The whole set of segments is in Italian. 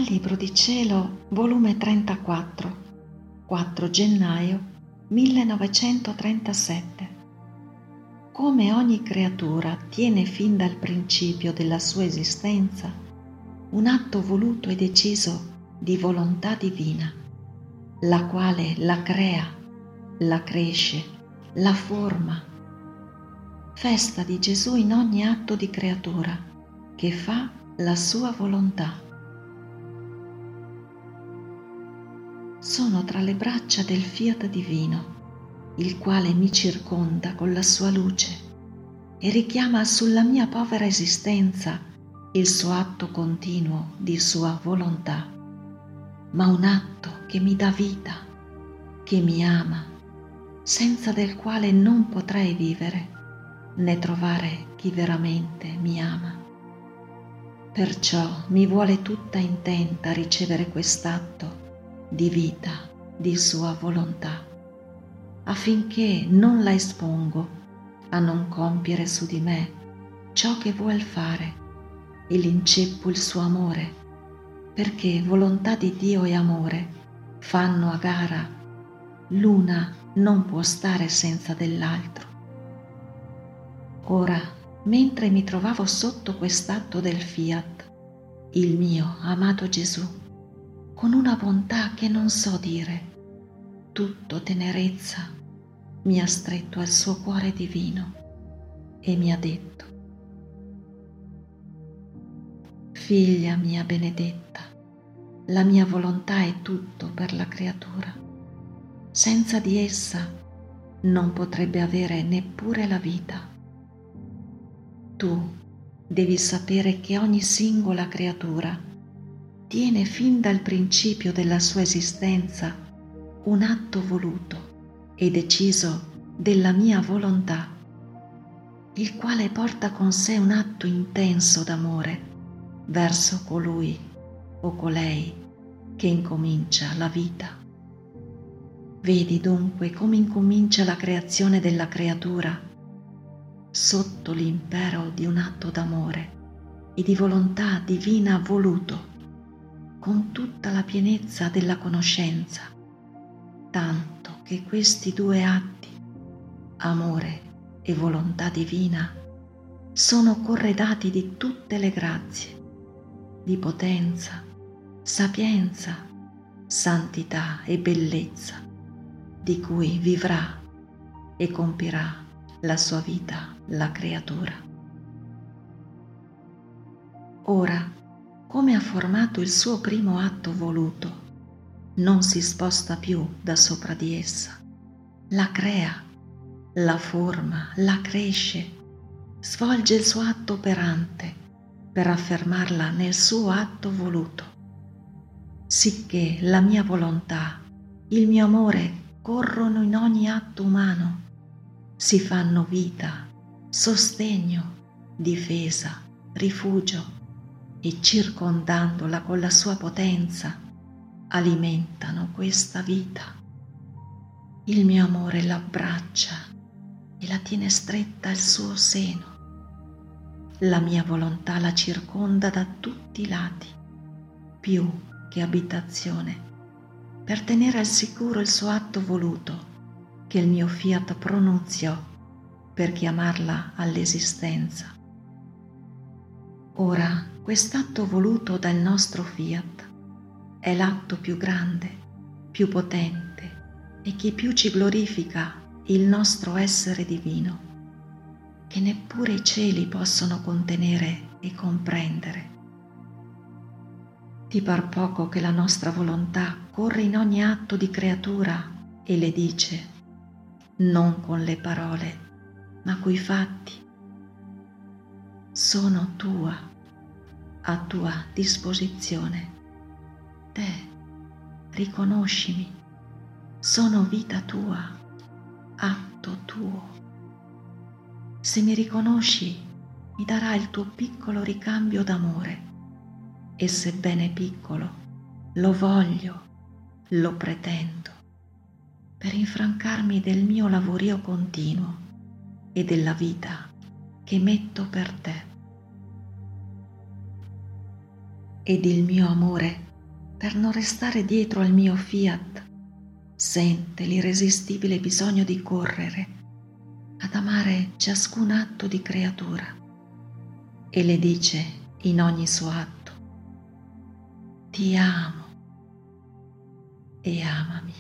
Libro di Cielo, volume 34, 4 gennaio 1937. Come ogni creatura tiene fin dal principio della sua esistenza un atto voluto e deciso di volontà divina, la quale la crea, la cresce, la forma. Festa di Gesù in ogni atto di creatura che fa la sua volontà. Sono tra le braccia del fiat divino, il quale mi circonda con la sua luce e richiama sulla mia povera esistenza il suo atto continuo di sua volontà, ma un atto che mi dà vita, che mi ama, senza del quale non potrei vivere né trovare chi veramente mi ama. Perciò mi vuole tutta intenta a ricevere quest'atto di vita, di sua volontà, affinché non la espongo a non compiere su di me ciò che vuol fare e l'inceppo il suo amore, perché volontà di Dio e amore fanno a gara, l'una non può stare senza dell'altro. Ora, mentre mi trovavo sotto quest'atto del fiat, il mio amato Gesù, con una bontà che non so dire, tutto tenerezza, mi ha stretto al suo cuore divino e mi ha detto: figlia mia benedetta, la mia volontà è tutto per la creatura. Senza di essa non potrebbe avere neppure la vita. Tu devi sapere che ogni singola creatura tiene fin dal principio della sua esistenza un atto voluto e deciso della mia volontà, il quale porta con sé un atto intenso d'amore verso colui o colei che incomincia la vita. Vedi dunque come incomincia la creazione della creatura, sotto l'impero di un atto d'amore e di volontà divina voluto, con tutta la pienezza della conoscenza, tanto che questi due atti, amore e volontà divina, sono corredati di tutte le grazie, di potenza, sapienza, santità e bellezza, di cui vivrà e compirà la sua vita la creatura. Ora, come ha formato il suo primo atto voluto, non si sposta più da sopra di essa, la crea, la forma, la cresce, svolge il suo atto operante per affermarla nel suo atto voluto, sicché la mia volontà, il mio amore corrono in ogni atto umano, si fanno vita, sostegno, difesa, rifugio, e circondandola con la sua potenza alimentano questa vita. Il mio amore l'abbraccia e la tiene stretta al suo seno. La mia volontà la circonda da tutti i lati, più che abitazione, per tenere al sicuro il suo atto voluto che il mio fiat pronunziò per chiamarla all'esistenza. Ora, quest'atto voluto dal nostro fiat è l'atto più grande, più potente e che più ci glorifica il nostro essere divino, che neppure i cieli possono contenere e comprendere. Ti par poco che la nostra volontà corre in ogni atto di creatura e le dice, non con le parole, ma coi fatti: sono tua, a tua disposizione. Te, riconoscimi, sono vita tua, atto tuo. Se mi riconosci, mi darà il tuo piccolo ricambio d'amore, e sebbene piccolo, lo voglio, lo pretendo, per infrancarmi del mio lavorio continuo e della vita che metto per te. Ed il mio amore per non restare dietro al mio fiat, sente l'irresistibile bisogno di correre ad amare ciascun atto di creatura e le dice in ogni suo atto: ti amo e amami.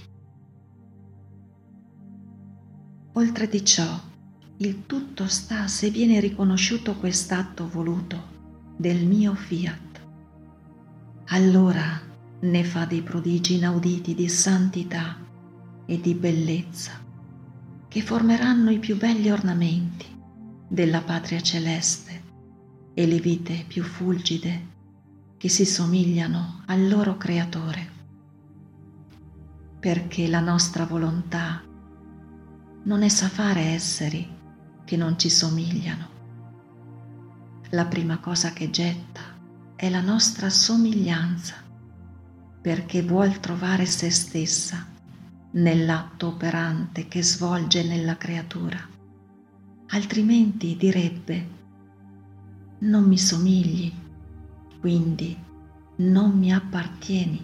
Oltre di ciò, il tutto sta se viene riconosciuto quest'atto voluto del mio fiat. Allora ne fa dei prodigi inauditi di santità e di bellezza, che formeranno i più belli ornamenti della patria celeste e le vite più fulgide che si somigliano al loro creatore. Perché la nostra volontà non è sa fare esseri che non ci somigliano. La prima cosa che getta è la nostra somiglianza, perché vuol trovare se stessa nell'atto operante che svolge nella creatura. Altrimenti direbbe: non mi somigli, quindi non mi appartieni.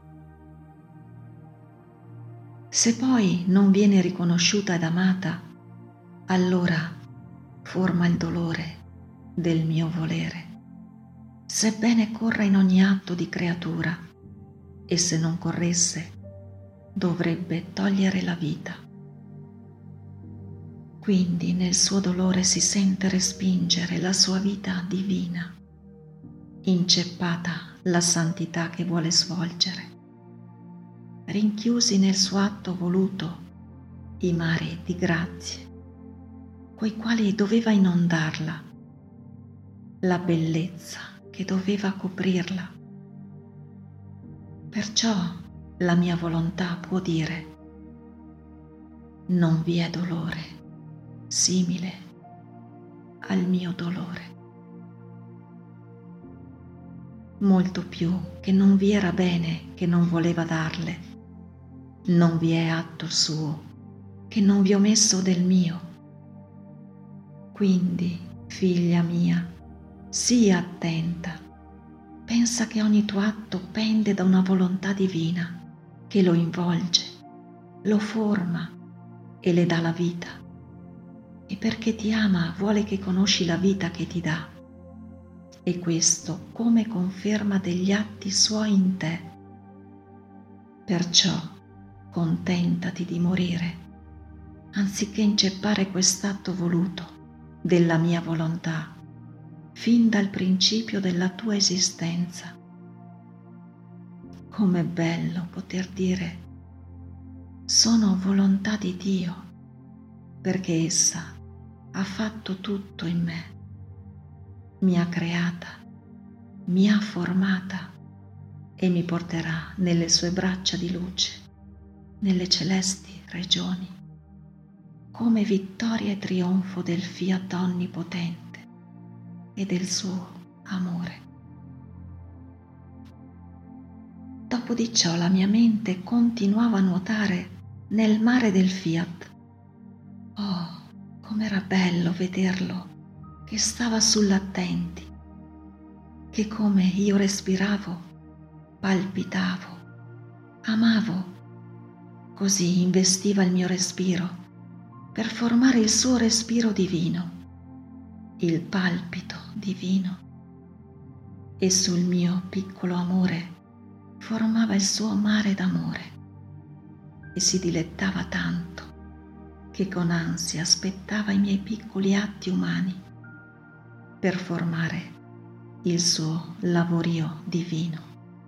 Se poi non viene riconosciuta ed amata, allora forma il dolore del mio volere, sebbene corra in ogni atto di creatura, e se non corresse dovrebbe togliere la vita. Quindi nel suo dolore si sente respingere la sua vita divina, inceppata la santità che vuole svolgere. Rinchiusi nel suo atto voluto i mari di grazie, coi quali doveva inondarla, la bellezza che doveva coprirla. Perciò la mia volontà può dire: non vi è dolore simile al mio dolore. Molto più che non vi era bene che non voleva darle, non vi è atto suo che non vi ho messo del mio. Quindi, figlia mia, sii attenta, pensa che ogni tuo atto pende da una volontà divina che lo involge, lo forma e le dà la vita. E perché ti ama vuole che conosci la vita che ti dà, e questo come conferma degli atti suoi in te. Perciò contentati di morire, anziché inceppare quest'atto voluto della mia volontà fin dal principio della tua esistenza. Com'è bello poter dire: sono volontà di Dio, perché essa ha fatto tutto in me, mi ha creata, mi ha formata e mi porterà nelle sue braccia di luce, nelle celesti regioni, come vittoria e trionfo del Fiat onnipotente e del suo amore. Dopo di ciò la mia mente continuava a nuotare nel mare del Fiat. Oh, com'era bello vederlo che stava sull'attenti, che come io respiravo, palpitavo, amavo, così investiva il mio respiro per formare il suo respiro divino, il palpito divino, e sul mio piccolo amore formava il suo mare d'amore e si dilettava tanto che con ansia aspettava i miei piccoli atti umani per formare il suo lavorio divino.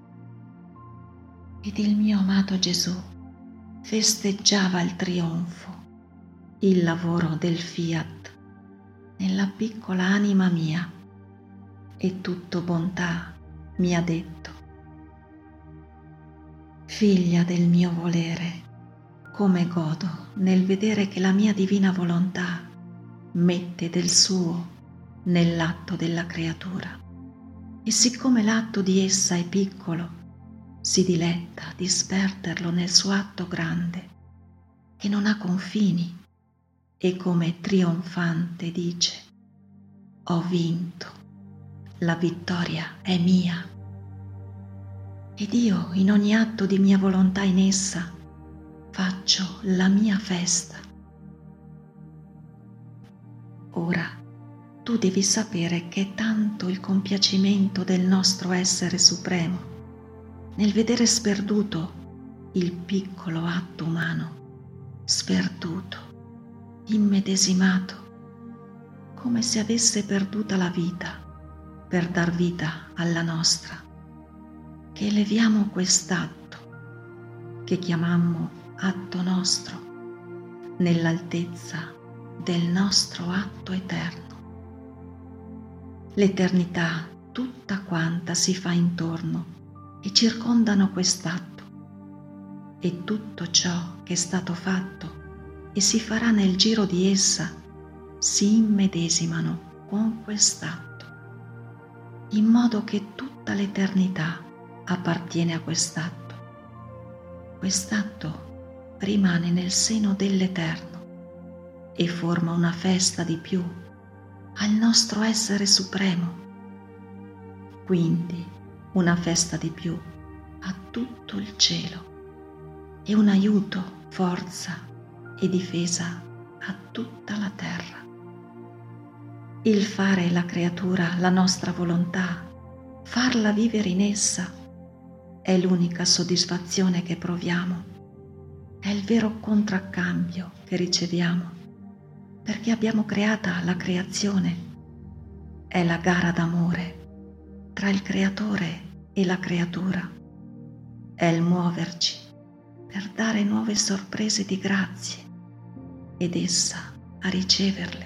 Ed il mio amato Gesù festeggiava il trionfo, il lavoro del Fiat nella piccola anima mia, e tutto bontà mi ha detto: figlia del mio volere, come godo nel vedere che la mia divina volontà mette del suo nell'atto della creatura, e siccome l'atto di essa è piccolo, si diletta di sperderlo nel suo atto grande, che non ha confini, e come trionfante dice: ho vinto, la vittoria è mia. ed io in ogni atto di mia volontà in essa faccio la mia festa. Ora tu devi sapere che è tanto il compiacimento del nostro essere supremo nel vedere sperduto il piccolo atto umano, sperduto, immedesimato, come se avesse perduta la vita per dar vita alla nostra, che eleviamo quest'atto, che chiamammo atto nostro, nell'altezza del nostro atto eterno. L'eternità tutta quanta si fa intorno e circondano quest'atto, e tutto ciò che è stato fatto e si farà nel giro di essa si immedesimano con quest'atto, in modo che tutta l'eternità appartiene a quest'atto. Quest'atto rimane nel seno dell'Eterno e forma una festa di più al nostro essere supremo, quindi una festa di più a tutto il cielo e un aiuto, forza e difesa a tutta la terra. Il fare la creatura la nostra volontà, farla vivere in essa, è l'unica soddisfazione che proviamo, è il vero contraccambio che riceviamo, perché abbiamo creata la creazione, è la gara d'amore tra il creatore e la creatura, è il muoverci per dare nuove sorprese di grazie ed essa a riceverle.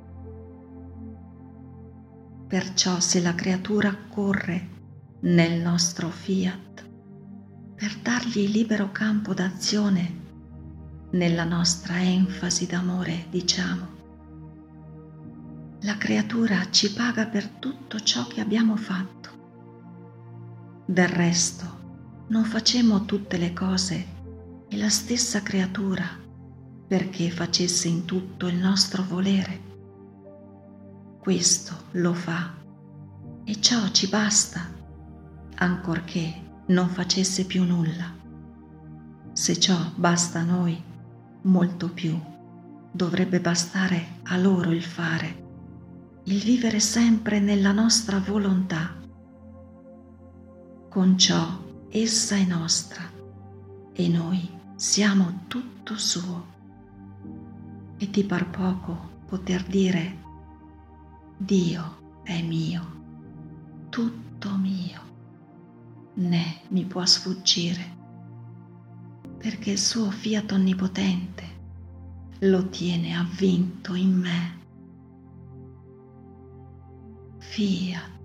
Perciò se la creatura corre nel nostro fiat per dargli libero campo d'azione, nella nostra enfasi d'amore diciamo, la creatura ci paga per tutto ciò che abbiamo fatto. Del resto non facemmo tutte le cose e la stessa creatura perché facesse in tutto il nostro volere. Questo lo fa e ciò ci basta, ancorché non facesse più nulla. Se ciò basta a noi, molto più dovrebbe bastare a loro il fare, il vivere sempre nella nostra volontà. Con ciò essa è nostra e noi siamo tutto suo. E ti par poco poter dire: Dio è mio, tutto mio, né mi può sfuggire, perché il suo fiat onnipotente lo tiene avvinto in me. Fiat.